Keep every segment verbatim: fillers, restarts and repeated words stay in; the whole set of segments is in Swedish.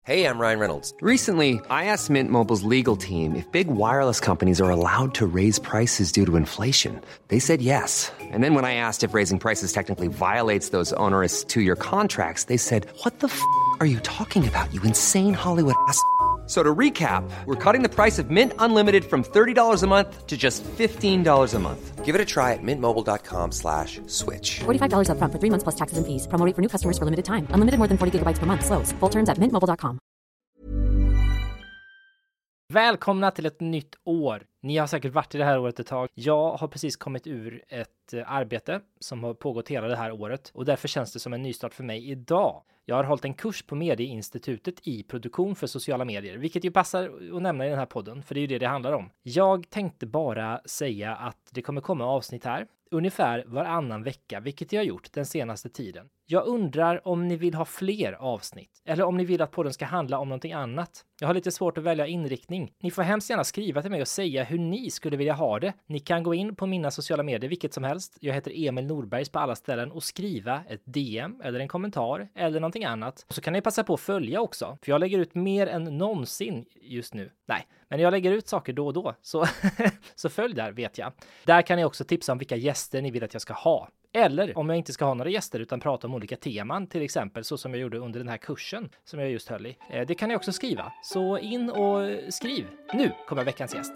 Hey, I'm Ryan Reynolds. Recently, I asked Mint Mobile's legal team if big wireless companies are allowed to raise prices due to inflation. They said yes. And then when I asked if raising prices technically violates those onerous two-year contracts, they said, "What the f*** are you talking about, you insane Hollywood ass?" So to recap, we're cutting the price of Mint Unlimited from thirty dollars a month to just fifteen dollars a month. Give it a try at mintmobile.com slash switch. forty-five dollars up front for three months plus taxes and fees. Promo rate for new customers for limited time. Unlimited more than forty gigabytes per month. Slows full terms at mint mobile dot com. Välkomna till ett nytt år. Ni har säkert varit i det här året ett tag. Jag har precis kommit ur ett arbete som har pågått hela det här året och därför känns det som en nystart för mig idag. Jag har hållit en kurs på Medieinstitutet i produktion för sociala medier, vilket ju passar att nämna i den här podden, för det är ju det det handlar om. Jag tänkte bara säga att det kommer komma avsnitt här, ungefär varannan vecka, vilket jag har gjort den senaste tiden. Jag undrar om ni vill ha fler avsnitt, eller om ni vill att podden ska handla om någonting annat. Jag har lite svårt att välja inriktning. Ni får hemskt gärna skriva till mig och säga hur ni skulle vilja ha det. Ni kan gå in på mina sociala medier, vilket som helst. Jag heter Emil Norbergs på alla ställen och skriva ett D M eller en kommentar eller någonting annat. Och så kan ni passa på att följa också, för jag lägger ut mer än någonsin just nu. Nej, men jag lägger ut saker då och då, så, så följ där, vet jag. Där kan ni också tipsa om vilka gäster ni vill att jag ska ha. Eller om jag inte ska ha några gäster utan prata om olika teman, till exempel så som jag gjorde under den här kursen som jag just höll i. Det kan ni också skriva. Så in och skriv. Nu kommer veckans gäst.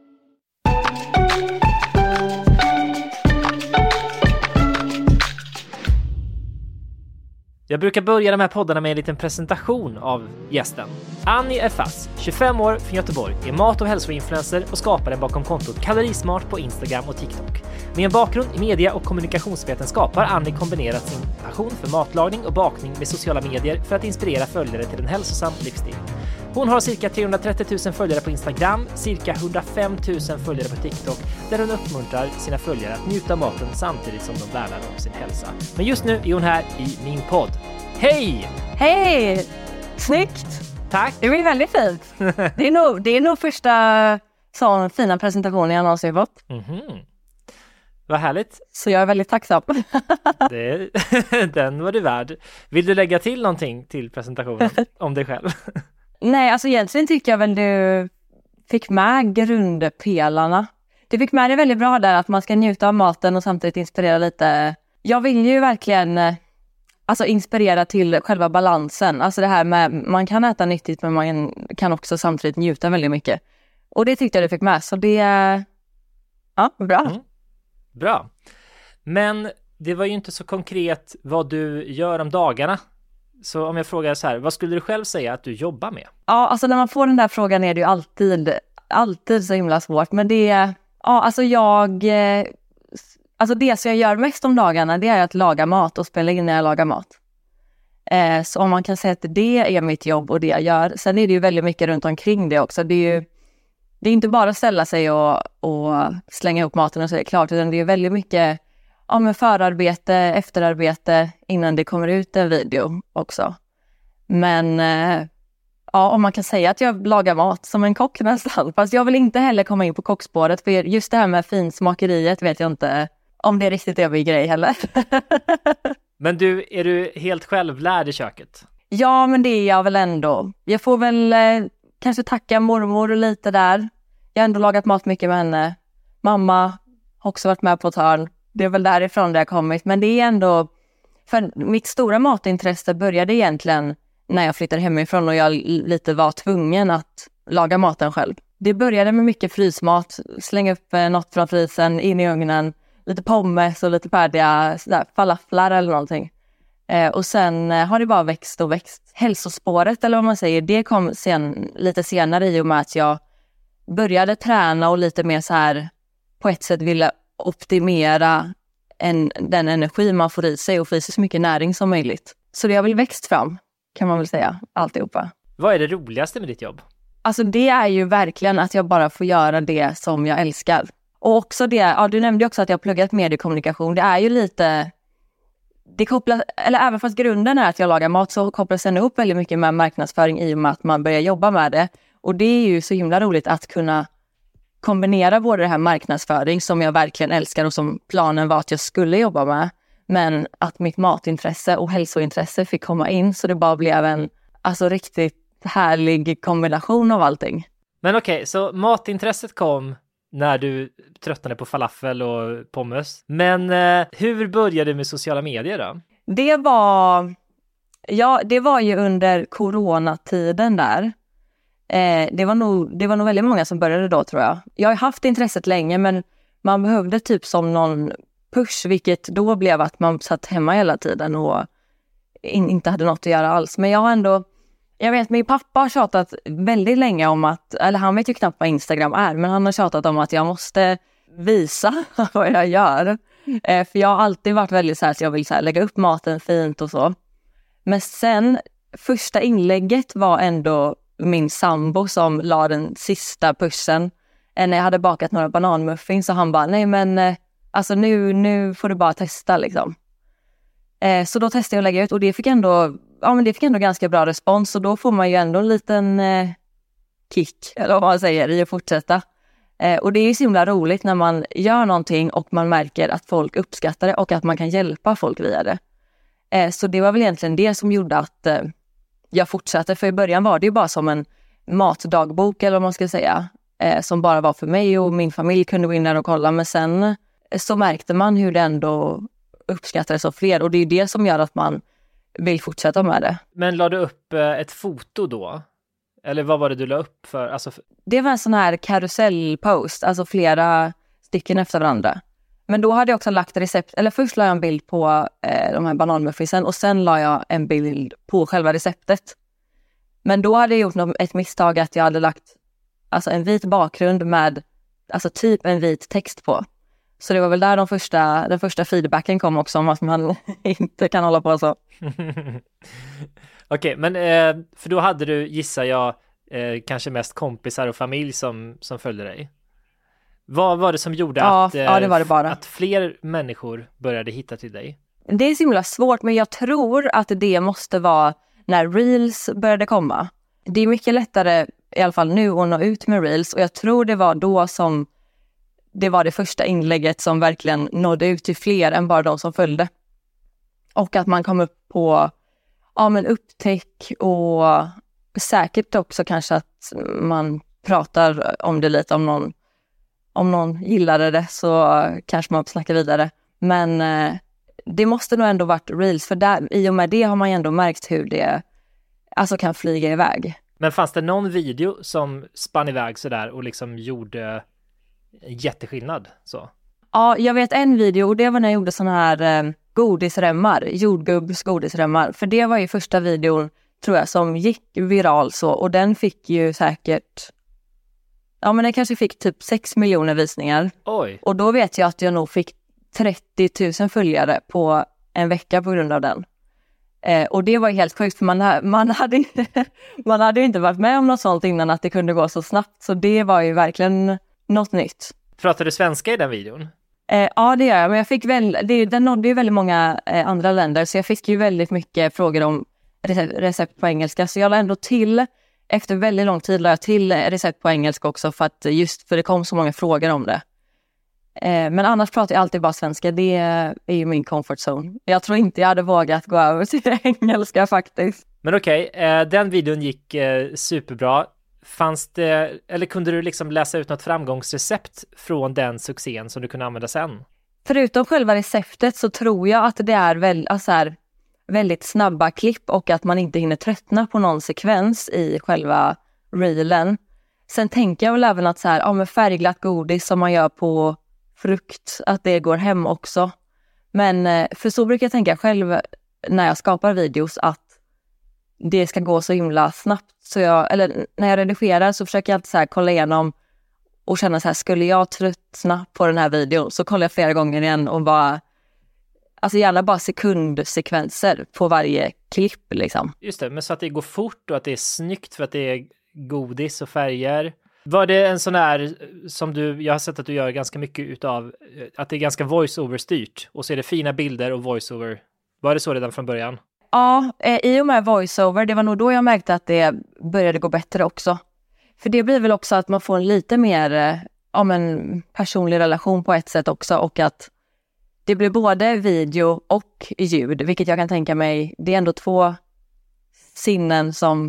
Jag brukar börja de här poddarna med en liten presentation av gästen. Annie är Fass, tjugofem år, från Göteborg, är mat- och hälsoinfluencer och skaparen bakom kontot Kalorismart på Instagram och TikTok. Med en bakgrund i media och kommunikationsvetenskap har Annie kombinerat sin passion för matlagning och bakning med sociala medier för att inspirera följare till en hälsosam livsstil. Hon har cirka trehundratrettio tusen följare på Instagram, cirka hundrafem tusen följare på TikTok, där hon uppmuntrar sina följare att njuta av maten samtidigt som de värnar om sin hälsa. Men just nu är hon här i min podd. Hej! Hej! Snyggt! Tack! Det blir väldigt fint. Det är nog, det är nog första sån fina presentationen jag någonsin fått. Mm-hmm. Vad härligt. Så jag är väldigt tacksam. Det, den var du värd. Vill du lägga till någonting till presentationen om dig själv? Nej, alltså egentligen tycker jag väl du fick med grundpelarna. Du fick med det väldigt bra där att man ska njuta av maten och samtidigt inspirera lite. Jag vill ju verkligen alltså inspirera till själva balansen. Alltså det här med, man kan äta nyttigt men man kan också samtidigt njuta väldigt mycket. Och det tyckte jag du fick med, så det är ja, bra. Mm. Bra. Men det var ju inte så konkret vad du gör om dagarna. Så om jag frågar så här, vad skulle du själv säga att du jobbar med? Ja, alltså när man får den där frågan är det ju alltid, alltid så himla svårt. Men det är, ja alltså jag, alltså det som jag gör mest om dagarna det är att laga mat och spela in när jag lagar mat. Eh, så om man kan säga att det är mitt jobb och det jag gör. Sen är det ju väldigt mycket runt omkring det också. Det är ju, det är inte bara att ställa sig och, och slänga ihop maten och så är det klart. Utan det är väldigt mycket ja, men förarbete, efterarbete innan det kommer ut en video också. Men eh, ja, om man kan säga att jag lagar mat som en kock nästan. Fast jag vill inte heller komma in på kockspåret. För just det här med finsmakeriet vet jag inte om det är riktigt är min grej heller. Men du, är du helt självlärd i köket? Ja, men det är jag väl ändå. Jag får väl eh, kanske tacka mormor lite där. Jag har ändå lagat mat mycket med henne. Mamma har också varit med på ett hörn. Det är väl därifrån det har kommit. Men det är ändå, för mitt stora matintresse började egentligen när jag flyttade hemifrån och jag lite var tvungen att laga maten själv. Det började med mycket frysmat, slänga upp något från frysen in i ugnen, lite pommes och lite färdiga sådär, falaflar eller någonting. Eh, och sen eh, har det bara växt och växt. Hälsospåret eller vad man säger, det kom sen, lite senare i och med att jag började träna och lite mer så här på ett sätt ville optimera en, den energi man får i sig och få i sig så mycket näring som möjligt. Så det har väl växt fram, kan man väl säga, alltihopa. Vad är det roligaste med ditt jobb? Alltså det är ju verkligen att jag bara får göra det som jag älskar. Och också det, ja du nämnde också att jag har pluggat mediekommunikation. Det är ju lite, det kopplas, eller även fast grunden är att jag lagar mat så kopplas det upp väldigt mycket med marknadsföring i och med att man börjar jobba med det. Och det är ju så himla roligt att kunna kombinera både det här marknadsföring som jag verkligen älskar och som planen var att jag skulle jobba med. Men att mitt matintresse och hälsointresse fick komma in så det bara blev en alltså riktigt härlig kombination av allting. Men okej, okay, så matintresset kom när du tröttnade på falafel och pommes. Men eh, hur började du med sociala medier då? Det var, ja, det var ju under coronatiden där. Eh, det, var nog, det var nog väldigt många som började då, tror jag. Jag har haft intresset länge, men man behövde typ som någon push, vilket då blev att man satt hemma hela tiden och in, inte hade något att göra alls. Men jag har ändå, jag vet, min pappa har tjatat väldigt länge om att, eller han vet ju knappt vad Instagram är, men han har tjatat om att jag måste visa vad jag gör. Eh, för jag har alltid varit väldigt så här att jag vill så här, lägga upp maten fint och så. Men sen, första inlägget var ändå min sambo som la den sista pushen. Eh, när jag hade bakat några bananmuffins, så han bara, nej men eh, alltså nu, nu får du bara testa liksom. Eh, så då testade jag att lägga ut och det fick ändå, ja men det fick ändå ganska bra respons, och då får man ju ändå en liten eh, kick, eller vad man säger, i att fortsätta. Eh, och det är ju så himla roligt när man gör någonting och man märker att folk uppskattar det och att man kan hjälpa folk via det. Eh, så det var väl egentligen det som gjorde att eh, jag fortsatte, för i början var det ju bara som en matdagbok, eller vad man ska säga, eh, som bara var för mig och min familj kunde gå in där och kolla, men sen eh, så märkte man hur det ändå uppskattades av fler, och det är ju det som gör att man vill fortsätta med det. Men la du upp eh, ett foto då? Eller vad var det du la upp för? Alltså för... Det var en sån här karusellpost, alltså flera stycken efter varandra. Men då hade jag också lagt recept, eller först la jag en bild på eh, de här bananmuffinsen och sen la jag en bild på själva receptet. Men då hade jag gjort något, ett misstag att jag hade lagt alltså en vit bakgrund med alltså typ en vit text på. Så det var väl där de första, den första feedbacken kom också, om att man inte kan hålla på så. Okej, okay, men eh, för då hade du, gissar jag, eh, kanske mest kompisar och familj som, som följde dig. Vad var det som gjorde ja, att, eh, ja, det var det bara. att fler människor började hitta till dig? Det är så himla svårt, men jag tror att det måste vara när Reels började komma. Det är mycket lättare, i alla fall nu, att nå ut med Reels, och jag tror det var då som det var det första inlägget som verkligen nådde ut till fler än bara de som följde. Och att man kom upp på ja, men upptäck, och säkert också kanske att man pratar om det lite, om någon, om någon gillade det så kanske man snackar vidare. Men eh, det måste nog ändå varit Reels, för där, i och med det har man ändå märkt hur det alltså kan flyga iväg. Men fanns det någon video som spann iväg sådär och liksom gjorde jätteskillnad så? Ja, jag vet en video, och det var när jag gjorde såna här eh, godisremmar, jordgubbs godisremmar. För det var ju första videon, tror jag, som gick viral så, och den fick ju säkert, ja men den kanske fick typ sex miljoner visningar. Oj. Och då vet jag att jag nog fick trettio tusen följare på en vecka på grund av den. Eh, och det var ju helt sjukt, för man, man, hade, man hade ju inte varit med om något sånt innan, att det kunde gå så snabbt. Så det var ju verkligen något nytt. Pratar du svenska i den videon? Eh, ja, det gör jag. Men jag fick väl, det, den nådde ju väldigt många eh, andra länder, så jag fick ju väldigt mycket frågor om recept, recept på engelska. Så jag la ändå till, efter väldigt lång tid la jag till recept på engelska också, för att just för det kom så många frågor om det. Eh, men annars pratar jag alltid bara svenska. Det är ju min comfort zone. Jag tror inte jag hade vågat gå över till engelska faktiskt. Men okej, okay, eh, den videon gick eh, superbra. Fanns det, eller kunde du liksom läsa ut något framgångsrecept från den succén som du kunde använda sen? Förutom själva receptet så tror jag att det är väl, alltså här, väldigt snabba klipp, och att man inte hinner tröttna på någon sekvens i själva reelen. Sen tänker jag väl även att så här, ja, med färgglatt godis som man gör på frukt, att det går hem också. Men för så brukar jag tänka själv när jag skapar videos, att det ska gå så himla snabbt. Så jag, eller när jag redigerar så försöker jag alltid så här kolla igenom och känna så här, skulle jag tröttna på den här videon, så kollar jag flera gånger igen och bara, alltså gärna bara sekundsekvenser på varje klipp liksom. Just det, men så att det går fort och att det är snyggt för att det är godis och färger. Var det en sån här som du, jag har sett att du gör ganska mycket utav, att det är ganska voice-over styrt och så är det fina bilder och voice-over. Var det så redan från början? Ja, eh, i och med voiceover, det var nog då jag märkte att det började gå bättre också. För det blir väl också att man får en lite mer eh, om en personlig relation på ett sätt också, och att det blir både video och ljud, vilket jag kan tänka mig, det är ändå två sinnen som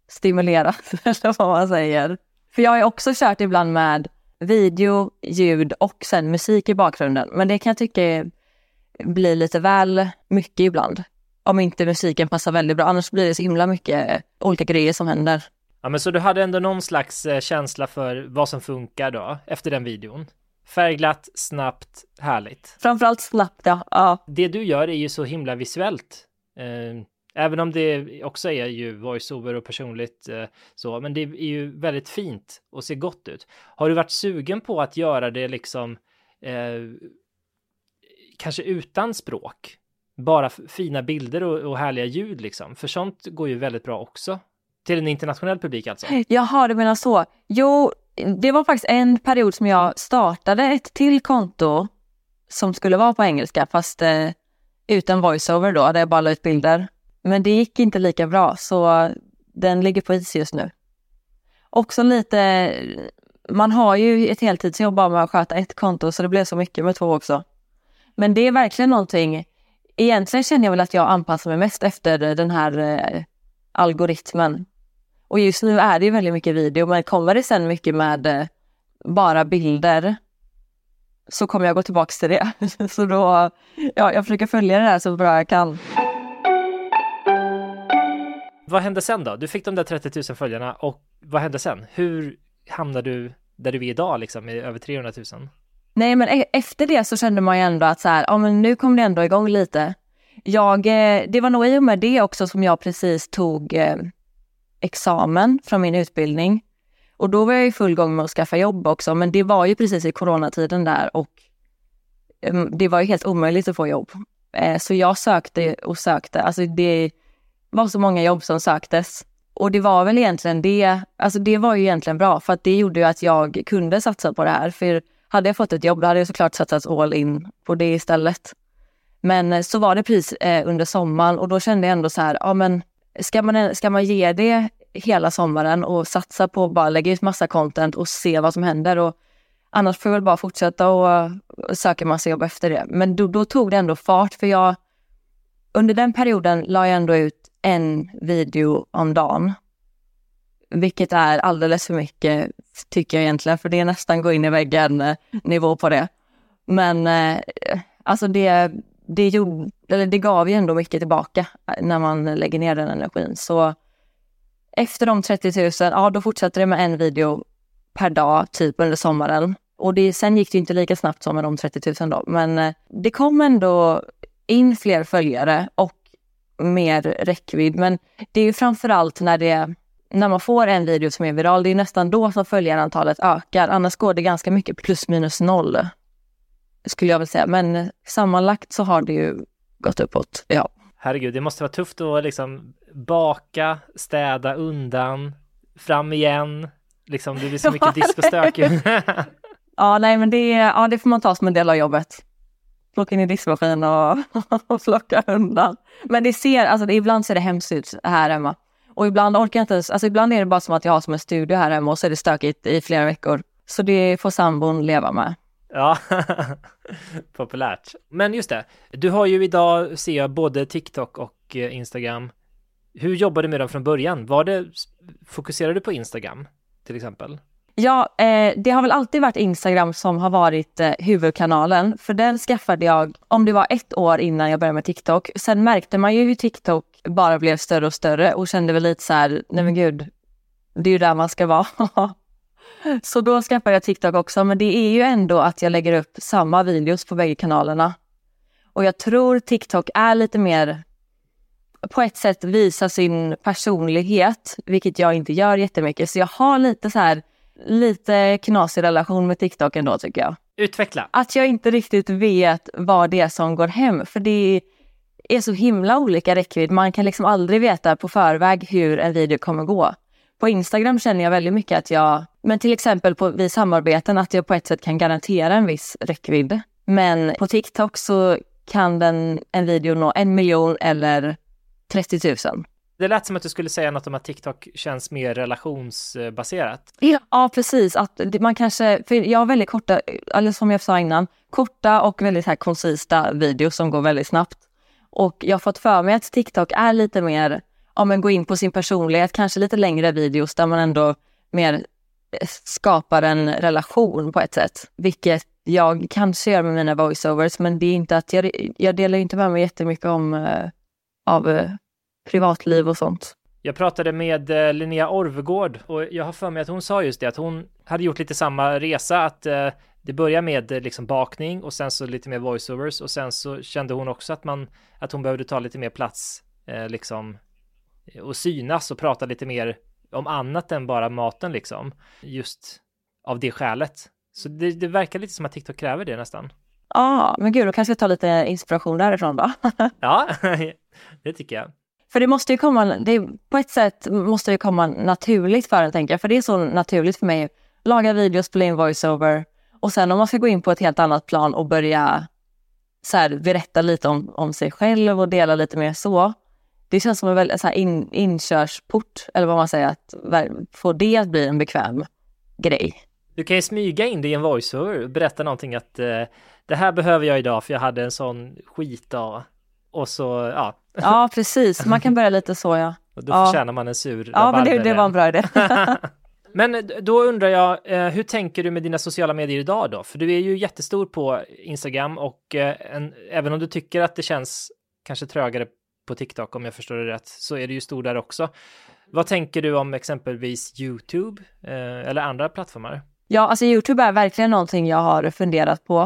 stimulerat, eller vad man säger. För jag har också kört ibland med video, ljud och sen musik i bakgrunden. Men det kan jag tycka blir lite väl mycket ibland. Om inte musiken passar väldigt bra. Annars blir det så himla mycket olika grejer som händer. Ja, men så du hade ändå någon slags känsla för vad som funkar då efter den videon? Färgglatt, snabbt, härligt. Framförallt snabbt, ja. ja. Det du gör är ju så himla visuellt. Eh, även om det också är ju voiceover och personligt eh, så. Men det är ju väldigt fint och ser gott ut. Har du varit sugen på att göra det liksom eh, kanske utan språk? Bara f- fina bilder och, och härliga ljud liksom. För sånt går ju väldigt bra också. Till en internationell publik alltså. Jaha, du menar så. Jo, det var faktiskt en period som jag startade ett till konto som skulle vara på engelska, fast eh, utan voiceover då, där jag bara la ut bilder. Men det gick inte lika bra, så den ligger på is just nu. Också lite, man har ju ett heltidsjobb bara med att sköta ett konto, så det blev så mycket med två också. Men det är verkligen någonting, egentligen känner jag väl att jag anpassar mig mest efter den här eh, algoritmen. Och just nu är det ju väldigt mycket video, men kommer det sen mycket med eh, bara bilder, så kommer jag gå tillbaka till det. Så då, ja, jag försöker följa det här så bra jag kan. Vad hände sen då? Du fick de där trettio tusen följarna, och vad hände sen? Hur hamnade du där du är idag liksom, med över trehundra tusen? Nej, men e- efter det så kände man ju ändå att så här, ja, men nu kom det ändå igång lite. Jag, eh, det var nog i och med det också som jag precis tog eh, examen från min utbildning. Och då var jag i full gång med att skaffa jobb också, men det var ju precis i coronatiden där, och eh, det var ju helt omöjligt att få jobb. Eh, så jag sökte och sökte, alltså det var så många jobb som söktes. Och det var väl egentligen det, alltså det var ju egentligen bra, för att det gjorde ju att jag kunde satsa på det här. För hade jag fått ett jobb, då hade jag såklart satsat all in på det istället. Men så var det precis eh, under sommaren, och då kände jag ändå så här, ja men ska man, ska man ge det hela sommaren och satsa på att bara lägga ut massa content och se vad som händer, och annars får jag väl bara fortsätta och, och söka massa jobb efter det. Men då, då tog det ändå fart, för jag under den perioden la jag ändå ut en video om dagen. Vilket är alldeles för mycket, tycker jag egentligen. För det är nästan gå in i väggen eh, nivå på det. Men eh, alltså det, det, gjorde, eller det gav ju ändå mycket tillbaka när man lägger ner den energin. Så efter de trettio tusen, ja då fortsatte det med en video per dag typ under sommaren. Och det, sen gick det inte lika snabbt som med de trettio tusen då. Men eh, det kom ändå in fler följare och mer räckvidd. Men det är ju framförallt när det när man får en video som är viral, det är nästan då som följarantalet ökar. Annars går det ganska mycket plus minus noll, skulle jag väl säga. Men sammanlagt så har det ju gått uppåt, ja. Herregud, det måste vara tufft att liksom baka, städa undan, fram igen. Liksom, det blir så mycket disk och stök. Ja, nej, men det, ja, det får man ta som en del av jobbet. Plocka in i diskmaskin och, och plocka undan. Men det ser, alltså det, ibland ser det hemskt ut här hemma. Och ibland orkar jag inte ens, alltså ibland är det bara som att jag har som en studio här hemma, och så är det stökigt i flera veckor. Så det får sambon leva med. Ja, populärt. Men just det, du har ju idag, ser jag, både TikTok och Instagram. Hur jobbade du med dem från början? Var det, fokuserade du på Instagram till exempel? Ja, eh, det har väl alltid varit Instagram som har varit eh, huvudkanalen. För den skaffade jag, om det var ett år innan jag började med TikTok. Sen märkte man ju hur TikTok bara blev större och större. Och kände väl lite så här, nej men gud, det är ju där man ska vara. Så då skaffade jag TikTok också. Men det är ju ändå att jag lägger upp samma videos på bägge kanalerna. Och jag tror TikTok är lite mer, på ett sätt visa sin personlighet. Vilket jag inte gör jättemycket. Så jag har lite så här, lite knasig relation med TikTok ändå, tycker jag. Utveckla. Att jag inte riktigt vet vad det är som går hem. För det är så himla olika räckvidd. Man kan liksom aldrig veta på förväg hur en video kommer gå. På Instagram känner jag väldigt mycket att jag, men till exempel på vid samarbeten, att jag på ett sätt kan garantera en viss räckvidd. Men på TikTok så kan den, en video nå en miljon eller trettio tusen. Det lät som att du skulle säga något om att TikTok känns mer relationsbaserat. Ja, precis. Att man kanske, för jag har väldigt korta, eller som jag sa innan, korta och väldigt här koncisa videos som går väldigt snabbt. Och jag har fått för mig att TikTok är lite mer, ja, men gå in på sin personlighet, kanske lite längre videos där man ändå mer skapar en relation på ett sätt. Vilket jag kanske gör med mina voiceovers, men det är inte att jag, jag delar inte med mig jättemycket om uh, av uh, privatliv och sånt. Jag pratade med uh, Linnea Orvegård och jag har för mig att hon sa just det, att hon hade gjort lite samma resa, att uh, det börjar med uh, liksom bakning och sen så lite mer voiceovers och sen så kände hon också att man att hon behövde ta lite mer plats uh, liksom och synas och prata lite mer om annat än bara maten liksom, just av det skälet. Så det, det verkar lite som att TikTok kräver det nästan. Ja, ah, men gud, då kanske jag tar lite inspiration därifrån då. Ja, det tycker jag. För det måste ju komma, det, på ett sätt måste det komma naturligt för en, tänker jag. För det är så naturligt för mig. Laga videos, spela in voiceover. Och sen om man ska gå in på ett helt annat plan och börja så här, berätta lite om, om sig själv och dela lite mer så. Det känns som en väldigt så här in, inkörsport, eller vad man säger, att få det att bli en bekväm grej. Du kan ju smyga in det i en voiceover och berätta någonting att eh, det här behöver jag idag för jag hade en sån skitdag. Och så, ja. Ja, precis. Man kan börja lite så, ja. Och då ja. förtjänar man en sur Ja, men det, det var en bra idé. Men då undrar jag, eh, hur tänker du med dina sociala medier idag då? För du är ju jättestor på Instagram och eh, en, även om du tycker att det känns kanske trögare på TikTok, om jag förstår det rätt, så är det ju stor där också. Vad tänker du om exempelvis YouTube eh, eller andra plattformar? Ja, alltså YouTube är verkligen någonting jag har funderat på.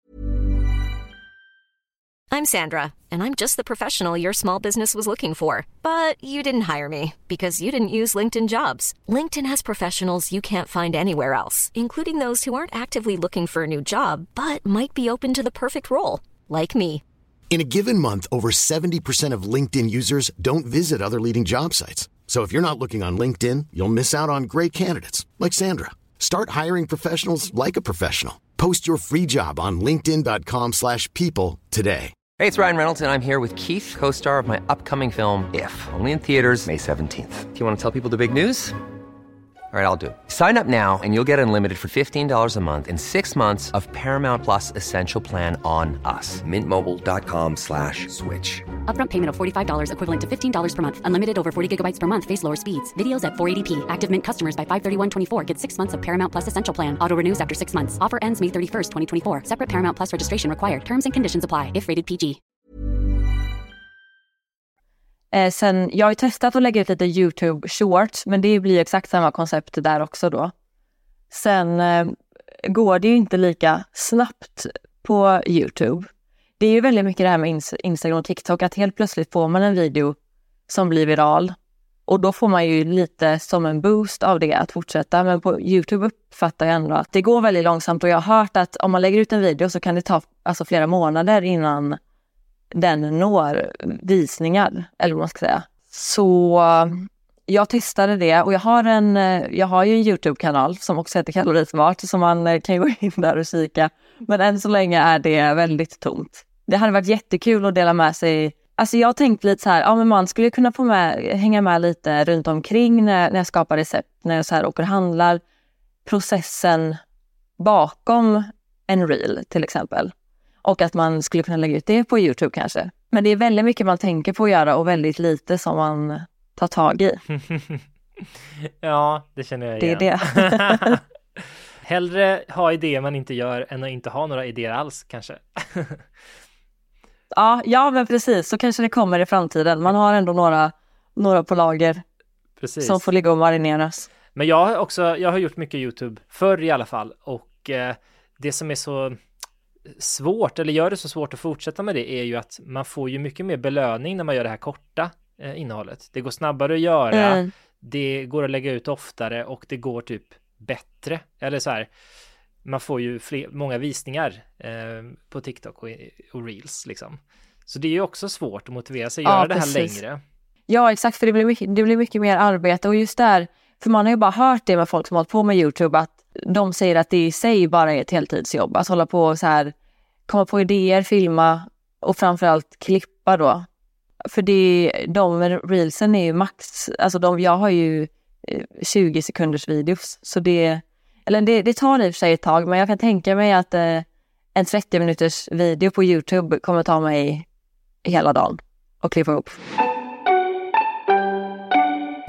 I'm Sandra, and I'm just the professional your small business was looking for. But you didn't hire me because you didn't use LinkedIn Jobs. LinkedIn has professionals you can't find anywhere else, including those who aren't actively looking for a new job, but might be open to the perfect role, like me. In a given month, over seventy percent of LinkedIn users don't visit other leading job sites. So if you're not looking on LinkedIn, you'll miss out on great candidates like Sandra. Start hiring professionals like a professional. Post your free job on linkedin dot com slash people today. Hey, it's Ryan Reynolds, and I'm here with Keith, co-star of my upcoming film, If, only in theaters May seventeenth. Do you want to tell people the big news? All right, I'll do it. Sign up now and you'll get unlimited for fifteen dollars a month and six months of Paramount Plus Essential Plan on us. mint mobile dot com slash switch. Upfront payment of forty-five dollars equivalent to fifteen dollars per month. Unlimited over forty gigabytes per month. Face lower speeds. Videos at four eighty p. Active Mint customers by five thirty-one twenty-four get six months of Paramount Plus Essential Plan. Auto renews after six months. Offer ends May thirty-first, twenty twenty-four. Separate Paramount Plus registration required. Terms and conditions apply if rated P G. Eh, sen, jag har ju testat att lägga ut lite YouTube shorts, men det blir exakt samma koncept där också då. Sen eh, går det ju inte lika snabbt på YouTube. Det är ju väldigt mycket det här med ins- Instagram och TikTok, att helt plötsligt får man en video som blir viral. Och då får man ju lite som en boost av det att fortsätta. Men på YouTube uppfattar jag ändå att det går väldigt långsamt. Och jag har hört att om man lägger ut en video så kan det ta alltså, flera månader innan den når visningar, eller vad man ska säga. Så jag testade det och jag har en jag har ju en YouTube-kanal som också heter Kalorismart, som man kan gå in där och kika. Men än så länge är det väldigt tomt. Det hade varit jättekul att dela med sig. Alltså jag tänkte lite så här, ja men man skulle kunna få med, hänga med lite runt omkring när, när jag skapar recept, när jag så här åker och handlar. Processen bakom en reel till exempel. Och att man skulle kunna lägga ut det på YouTube kanske. Men det är väldigt mycket man tänker på att göra och väldigt lite som man tar tag i. Ja, det känner jag igen. Det är det. Hellre ha idéer man inte gör än att inte ha några idéer alls kanske. ja, ja, men precis. Så kanske det kommer i framtiden. Man har ändå några, några på lager. Precis. Som får ligga och marineras. Men jag har också jag har gjort mycket YouTube förr i alla fall. Och eh, det som är så svårt, eller gör det så svårt att fortsätta med det, är ju att man får ju mycket mer belöning när man gör det här korta eh, innehållet. Det går snabbare att göra, mm. det går att lägga ut oftare och det går typ bättre. Eller så här, man får ju fler, många visningar eh, på TikTok och, och Reels liksom. Så det är ju också svårt att motivera sig att ja, göra det här precis. längre. Ja, exakt, för det blir, mycket, det blir mycket mer arbete. Och just där, för man har ju bara hört det med folk som har hållit på med YouTube, att de säger att det i sig bara är ett heltidsjobb. Att hålla på och så här, komma på idéer, filma och framförallt klippa då. För det, de reelsen är ju max, alltså de, jag har ju tjugo sekunders videos. Så det, eller det, det tar i och för sig ett tag, men jag kan tänka mig att eh, en trettio minuters video på YouTube kommer ta mig hela dagen och klippa ihop.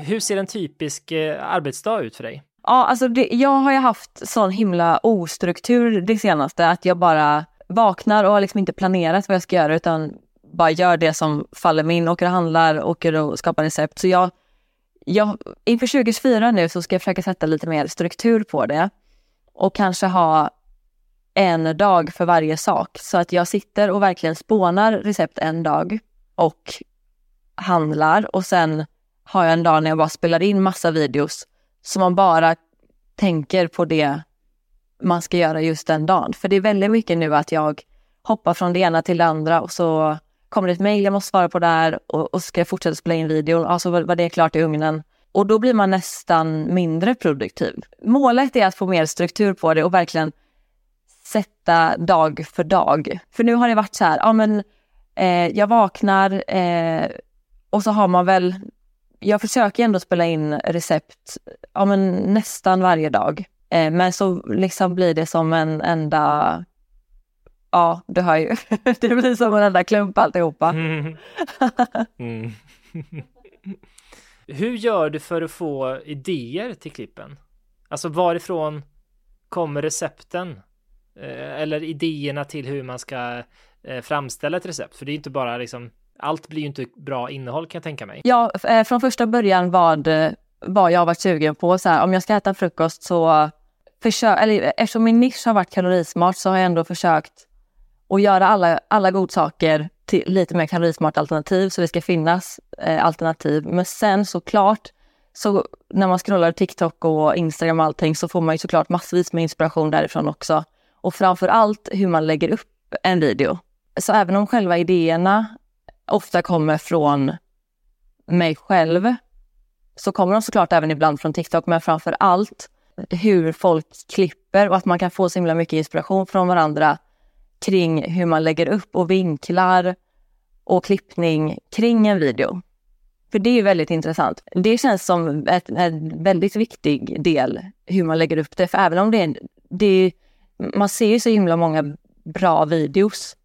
Hur ser en typisk eh, arbetsdag ut för dig? Ja, alltså det, jag har ju haft sån himla ostruktur det senaste, att jag bara vaknar och har liksom inte planerat vad jag ska göra, utan bara gör det som faller mig in, åker och handlar, åker och skapar recept. Så jag, jag inför tjugo tjugofyra nu så ska jag försöka sätta lite mer struktur på det och kanske ha en dag för varje sak, så att jag sitter och verkligen spånar recept en dag och handlar, och sen har jag en dag när jag bara spelar in massa videos så man bara tänker på det man ska göra just den dagen. För det är väldigt mycket nu att jag hoppar från det ena till det andra, och så kommer det ett mejl, jag måste svara på där, och, och ska jag fortsätta spela in videon, alltså var, var det är klart i ugnen. Och då blir man nästan mindre produktiv. Målet är att få mer struktur på det och verkligen sätta dag för dag. För nu har det varit så här, ja men eh, jag vaknar eh, och så har man väl, jag försöker ändå spela in recept ja, men nästan varje dag. Eh, men så liksom blir det som en enda, ja du hör ju, det blir som en enda klump alltihopa. Mm. Mm. Hur gör du för att få idéer till klippen? Alltså varifrån kommer recepten? Eller idéerna till hur man ska eh, framställa ett recept. För det är inte bara liksom, allt blir ju inte bra innehåll kan jag tänka mig. Ja, eh, från första början vad, vad jag har varit sugen på. Så här, om jag ska äta frukost så försök, eller eftersom min nisch har varit kalorismart så har jag ändå försökt att göra alla, alla godsaker till lite mer kalorismart alternativ, så det ska finnas eh, alternativ. Men sen såklart, så när man scrollar TikTok och Instagram och allting, så får man ju såklart massvis med inspiration därifrån också. Och framför allt hur man lägger upp en video. Så även om själva idéerna ofta kommer från mig själv, så kommer de såklart även ibland från TikTok, men framför allt hur folk klipper, och att man kan få så himla mycket inspiration från varandra kring hur man lägger upp och vinklar och klippning kring en video. För det är ju väldigt intressant. Det känns som ett, en väldigt viktig del hur man lägger upp det. För även om det är, det är man ser ju så himla många bra videos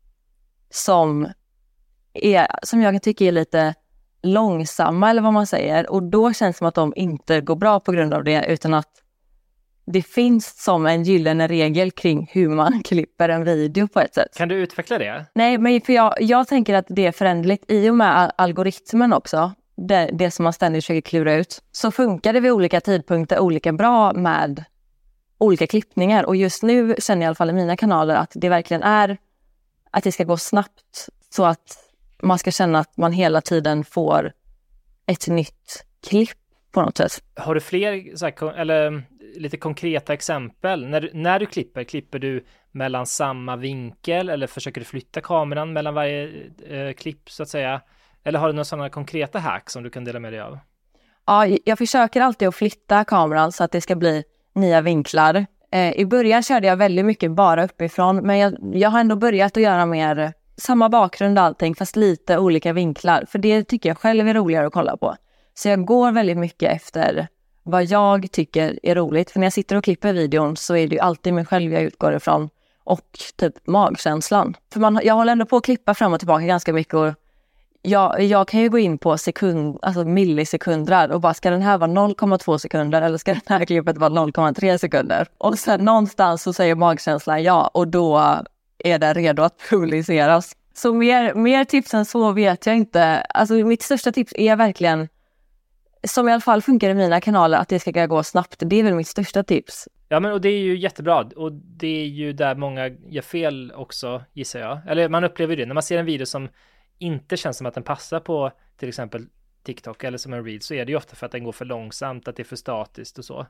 som, är, som jag tycker är lite långsamma eller vad man säger. Och då känns det som att de inte går bra på grund av det, utan att det finns som en gyllene regel kring hur man klipper en video på ett sätt. Kan du utveckla det? Nej, men för jag, jag tänker att det är förändligt i och med algoritmen också. Det, det som man ständigt försöker klura ut. Så funkar det vid olika tidpunkter olika bra med olika klippningar. Och just nu känner jag i alla fall i mina kanaler att det verkligen är att det ska gå snabbt, så att man ska känna att man hela tiden får ett nytt klipp på något sätt. Har du fler så här, eller lite konkreta exempel? När, när du klipper, klipper du mellan samma vinkel, eller försöker du flytta kameran mellan varje eh, klipp så att säga? Eller har du några sådana konkreta hack som du kan dela med dig av? Ja, jag försöker alltid att flytta kameran så att det ska bli nya vinklar. Eh, I början körde jag väldigt mycket bara uppifrån, men jag, jag har ändå börjat att göra mer samma bakgrund och allting, fast lite olika vinklar. För det tycker jag själv är roligare att kolla på. Så jag går väldigt mycket efter vad jag tycker är roligt. För när jag sitter och klipper videon så är det ju alltid mig själv jag utgår ifrån. Och typ magkänslan. För man, jag håller ändå på att klippa fram och tillbaka ganska mycket. Och jag, jag kan ju gå in på sekund, alltså millisekunder och bara, ska den här vara noll komma två sekunder eller ska den här klippet vara noll komma tre sekunder? Och sen någonstans så säger magkänslan ja, och då är det redo att publiceras. Så mer, mer tips än så vet jag inte. Alltså mitt största tips är verkligen, som i alla fall funkar i mina kanaler, att det ska gå snabbt. Det är väl mitt största tips. Ja, men och det är ju jättebra. Och det är ju där många gör fel också, gissar jag. Eller man upplever det. När man ser en video som inte känns som att den passar på till exempel TikTok eller som en reel, så är det ju ofta för att den går för långsamt, att det är för statiskt och så.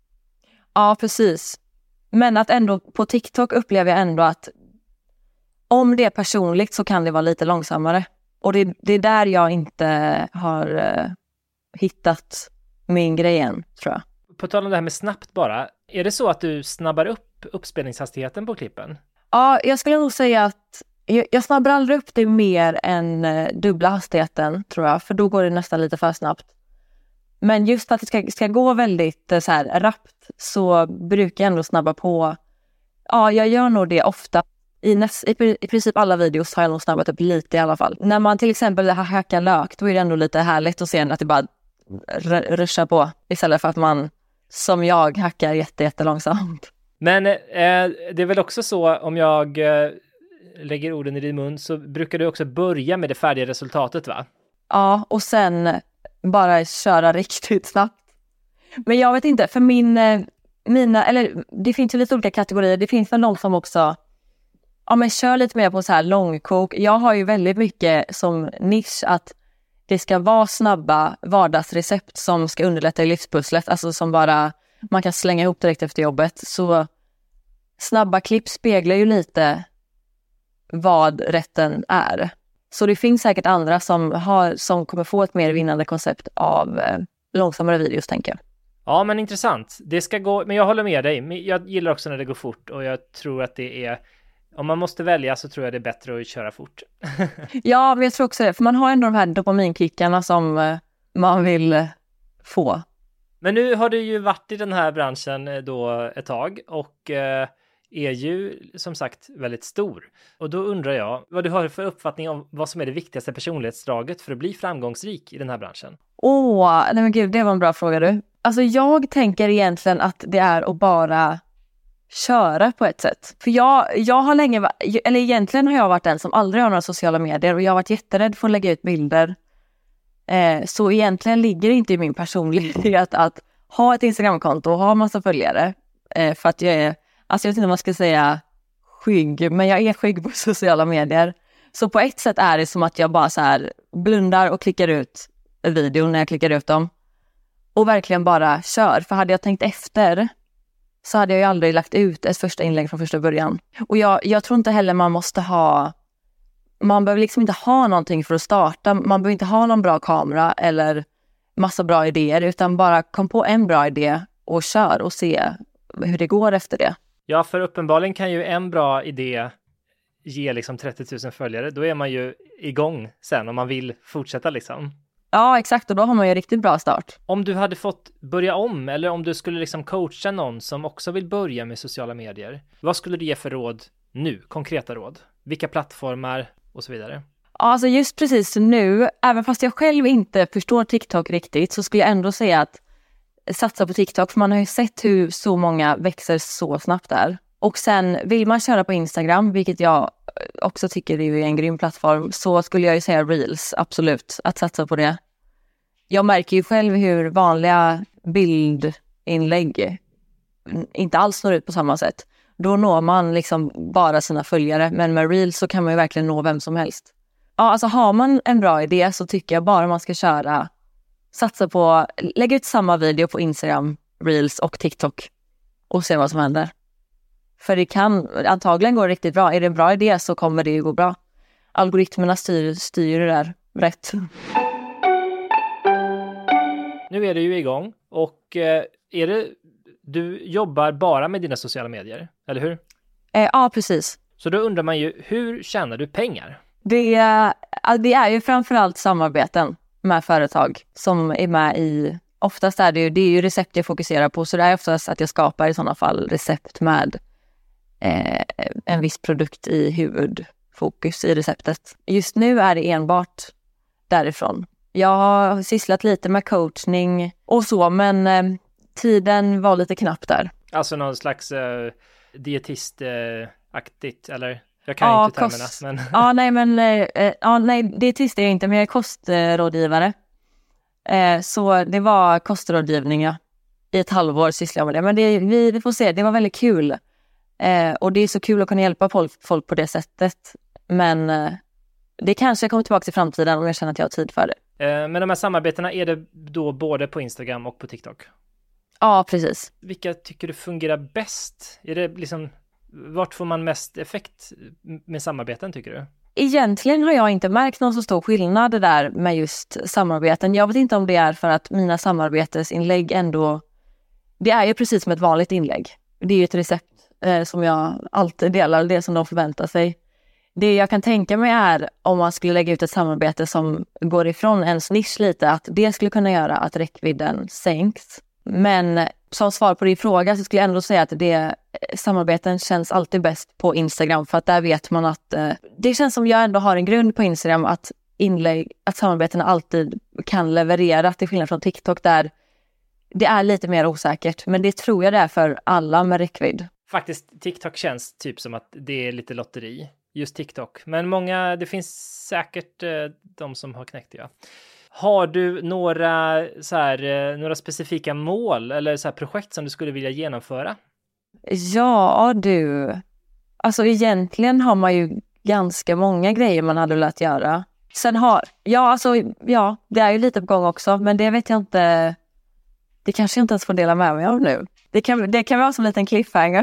Ja, precis. Men att ändå på TikTok upplever jag ändå att om det är personligt så kan det vara lite långsammare. Och det, det är där jag inte har uh, hittat min grej än, tror jag. På tal om det här med snabbt bara, är det så att du snabbar upp uppspelningshastigheten på klippen? Ja, jag skulle nog säga att jag, jag snabbar aldrig upp det mer än uh, dubbla hastigheten, tror jag. För då går det nästan lite för snabbt. Men just att det ska, ska gå väldigt uh, så här rappt, så brukar jag ändå snabba på. Ja, jag gör nog det ofta. I, näst, i, I princip alla videos har jag nog snabbat upp lite i alla fall. När man till exempel hackar lök, då är det ändå lite härligt att se att det bara r- ruscha på istället för att man som jag hackar jätte, jättelångsamt. Men eh, det är väl också så, om jag eh, lägger orden i din mun, så brukar du också börja med det färdiga resultatet, va? Ja, och sen bara köra riktigt snabbt. Men jag vet inte, för min, mina, eller det finns ju lite olika kategorier. Det finns väl någon som också, ja men kör lite mer på så här långkok. Jag har ju väldigt mycket som nisch att det ska vara snabba vardagsrecept som ska underlätta i livspusslet. Alltså som bara man kan slänga ihop direkt efter jobbet. Så snabba klipp speglar ju lite vad rätten är. Så det finns säkert andra som, har, som kommer få ett mer vinnande koncept av eh, långsammare videos, tänker jag. Ja, men intressant. Det ska gå, men jag håller med dig. Jag gillar också när det går fort, och jag tror att det är, om man måste välja så tror jag det är bättre att köra fort. Ja, men jag tror också det. För man har ändå de här dopaminkickarna som eh, man vill eh, få. Men nu har du ju varit i den här branschen eh, då ett tag, och eh, är ju som sagt väldigt stor. Och då undrar jag vad du har för uppfattning om vad som är det viktigaste personlighetsdraget för att bli framgångsrik i den här branschen. Åh, nej men gud, det var en bra fråga du. Alltså jag tänker egentligen att det är att bara köra på ett sätt. För jag, jag har länge, eller egentligen har jag varit den som aldrig har några sociala medier, och jag har varit jätterädd för att lägga ut bilder. Eh, så egentligen ligger det inte i min personlighet att ha ett Instagramkonto och ha massa följare. Eh, för att jag är, alltså jag vet inte om man ska säga skygg, men jag är skygg på sociala medier. Så på ett sätt är det som att jag bara så här blundar och klickar ut videon när jag klickar ut dem. Och verkligen bara kör. För hade jag tänkt efter så hade jag ju aldrig lagt ut ett första inlägg från första början. Och jag, jag tror inte heller man måste ha, man behöver liksom inte ha någonting för att starta. Man behöver inte ha någon bra kamera eller massa bra idéer, utan bara kom på en bra idé och kör och se hur det går efter det. Ja, för uppenbarligen kan ju en bra idé ge liksom trettio tusen följare. Då är man ju igång sen om man vill fortsätta liksom. Ja, exakt. Och då har man ju en riktigt bra start. Om du hade fått börja om, eller om du skulle liksom coacha någon som också vill börja med sociala medier, vad skulle du ge för råd nu? Konkreta råd? Vilka plattformar och så vidare? Alltså just precis nu, även fast jag själv inte förstår TikTok riktigt, så skulle jag ändå säga att satsa på TikTok, för man har ju sett hur så många växer så snabbt där. Och sen vill man köra på Instagram, vilket jag också tycker är en grym plattform, så skulle jag ju säga Reels, absolut, att satsa på det. Jag märker ju själv hur vanliga bildinlägg inte alls når ut på samma sätt. Då når man liksom bara sina följare, men med Reels så kan man ju verkligen nå vem som helst. Ja, alltså har man en bra idé så tycker jag bara man ska köra, satsa på, lägga ut samma video på Instagram, Reels och TikTok och se vad som händer. För det kan antagligen gå riktigt bra. Är det en bra idé så kommer det ju gå bra. Algoritmerna styr, styr det där rätt. Nu är du ju igång, och eh, är det, du jobbar bara med dina sociala medier, eller hur? Eh, ja, precis. Så då undrar man ju, hur tjänar du pengar? Det, det är ju framförallt samarbeten med företag som är med i, oftast är det ju, det är ju recept jag fokuserar på, så det är oftast att jag skapar i sådana fall recept med eh, en viss produkt i huvudfokus i receptet. Just nu är det enbart därifrån. Jag har sysslat lite med coachning och så, men eh, tiden var lite knapp där. Alltså någon slags eh, dietistaktigt, eh, eller? Jag kan ja, inte termerna. Kost... Men... ja, nej, men eh, ja, nej, dietist är jag inte, men jag är kostrådgivare. Eh, så det var kostrådgivning, ja. I ett halvår sysslade jag med det. Men det, vi, vi får se, det var väldigt kul. Eh, och det är så kul att kunna hjälpa folk, folk på det sättet. Men eh, det kanske kommer tillbaka i framtiden om jag känner att jag har tid för det. Men de här samarbetena, är det då både på Instagram och på TikTok? Ja, precis. Vilka tycker du fungerar bäst? Är det liksom, vart får man mest effekt med samarbeten, tycker du? Egentligen har jag inte märkt någon så stor skillnad där med just samarbeten. Jag vet inte om det är för att mina samarbetesinlägg ändå, det är ju precis som ett vanligt inlägg. Det är ju ett recept eh, som jag alltid delar, det som de förväntar sig. Det jag kan tänka mig är om man skulle lägga ut ett samarbete som går ifrån ens nisch lite, att det skulle kunna göra att räckvidden sänks. Men som svar på din fråga så skulle jag ändå säga att det, samarbeten känns alltid bäst på Instagram, för att där vet man att eh, det känns som jag ändå har en grund på Instagram att inlägg, att samarbetena alltid kan leverera, till skillnad från TikTok där det är lite mer osäkert. Men det tror jag det är för alla med räckvidd. Faktiskt, TikTok känns typ som att det är lite lotteri. Just TikTok. Men många, det finns säkert eh, de som har knäckt det. Ja. Har du några, så här, eh, några specifika mål eller så här, projekt som du skulle vilja genomföra? Ja, du. Alltså egentligen har man ju ganska många grejer man hade velat göra. Sen har, ja alltså, ja, det är ju lite på gång också. Men det vet jag inte, det kanske jag inte ens får dela med mig av nu. Det kan, det kan vara som en liten cliffhanger.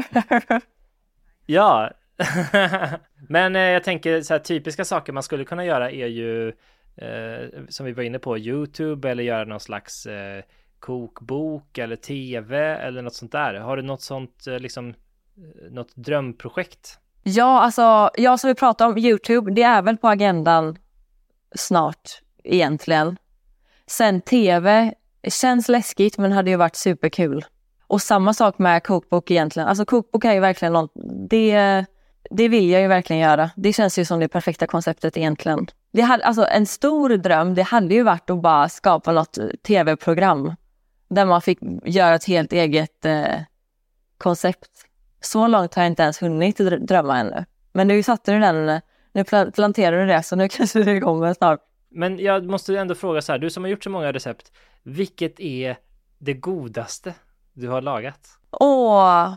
Ja, men eh, jag tänker så här, typiska saker man skulle kunna göra är ju eh, som vi var inne på, YouTube eller göra någon slags eh, kokbok eller tv eller något sånt där. Har du något sånt eh, liksom något drömprojekt? Ja, alltså jag som vi pratar om YouTube, det är väl på agendan snart egentligen. Sen tv känns läskigt men hade ju varit superkul. Och samma sak med kokbok egentligen. Alltså kokbok är ju verkligen något, det, det vill jag ju verkligen göra. Det känns ju som det perfekta konceptet egentligen. Det hade, alltså en stor dröm, det hade ju varit att bara skapa något tv-program. Där man fick göra ett helt eget eh, koncept. Så långt har jag inte ens hunnit drömma ännu. Men nu satte du den, nu planterar du det så nu kanske det kommer snart. Men jag måste ändå fråga så här, du som har gjort så många recept, vilket är det godaste du har lagat? Åh,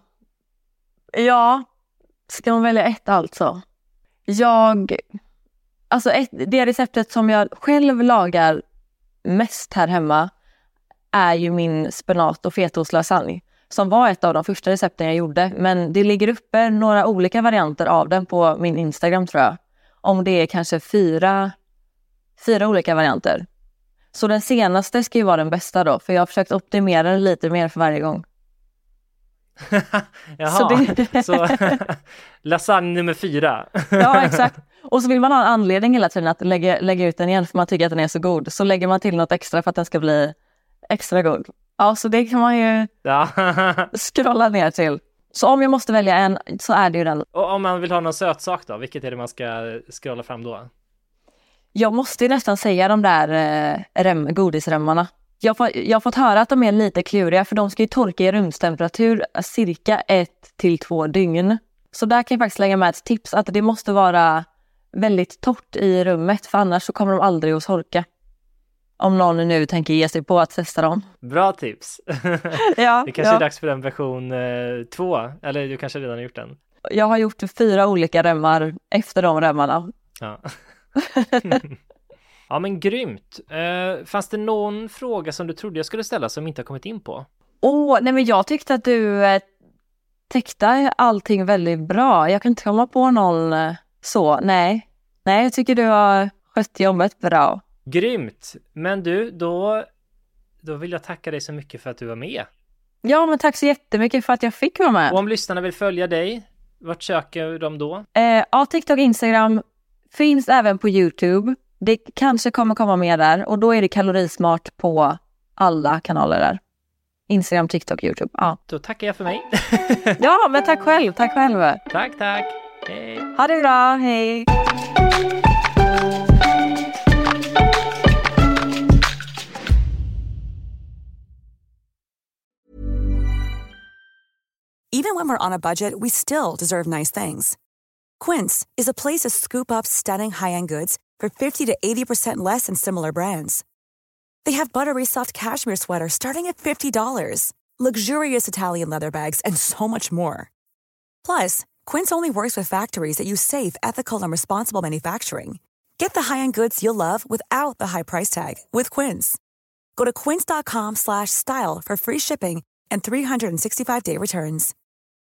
ja, ska man välja ett alltså? Jag, alltså ett, det receptet som jag själv lagar mest här hemma är ju min spenat- och fetaostlasagne. Som var ett av de första recepten jag gjorde. Men det ligger uppe några olika varianter av den på min Instagram tror jag. Om det är kanske fyra, fyra olika varianter. Så den senaste ska ju vara den bästa då. För jag har försökt optimera den lite mer för varje gång. Jaha, så, det... så lasagne nummer fyra. Ja, exakt. Och så vill man ha en anledning hela tiden att lägga, lägga ut den igen för man tycker att den är så god. Så lägger man till något extra för att den ska bli extra god. Ja, så det kan man ju ja. scrolla ner till. Så om jag måste välja en så är det ju den. Och om man vill ha någon sötsak då, vilket är det man ska scrolla fram då? Jag måste ju nästan säga de där eh, rem, godisremmarna. Jag, får, jag har fått höra att de är lite kluriga för de ska ju torka i rumstemperatur cirka ett till två dygn. Så där kan jag faktiskt lägga med ett tips att det måste vara väldigt torrt i rummet för annars så kommer de aldrig att torka. Om någon nu tänker ge sig på att testa dem. Bra tips. Ja, det kanske ja. är dags för den version eh, två. Eller du kanske redan har gjort den. Jag har gjort fyra olika remmar efter de remmarna. Ja. Ja men grymt. Eh, fanns det någon fråga som du trodde jag skulle ställa som inte har kommit in på? Åh, nej men jag tyckte att du eh, täckte allting väldigt bra. Jag kan inte komma på någon eh, så. Nej. Nej, jag tycker du har skött jobbet bra. Grymt. Men du, då, då vill jag tacka dig så mycket för att du var med. Ja, men tack så jättemycket för att jag fick vara med. Och om lyssnarna vill följa dig, vart söker de då? Eh, ja, TikTok, Instagram finns även på YouTube. Det kanske kommer komma mer där. Och då är det kalorismart på alla kanaler där. Instagram, TikTok, YouTube. Ja. Då tackar jag för mig. Ja, men tack själv. Tack själv. Tack, tack. Hej. Ha det bra. Hej. Even when we're on a budget, we still deserve nice things. Quince is a place to scoop up stunning high-end goods for fifty to eighty percent less than similar brands. They have buttery soft cashmere sweaters starting at fifty dollars, luxurious Italian leather bags, and so much more. Plus, Quince only works with factories that use safe, ethical, and responsible manufacturing. Get the high-end goods you'll love without the high price tag with Quince. Go to quince dot com slash style for free shipping and three hundred sixty-five day returns.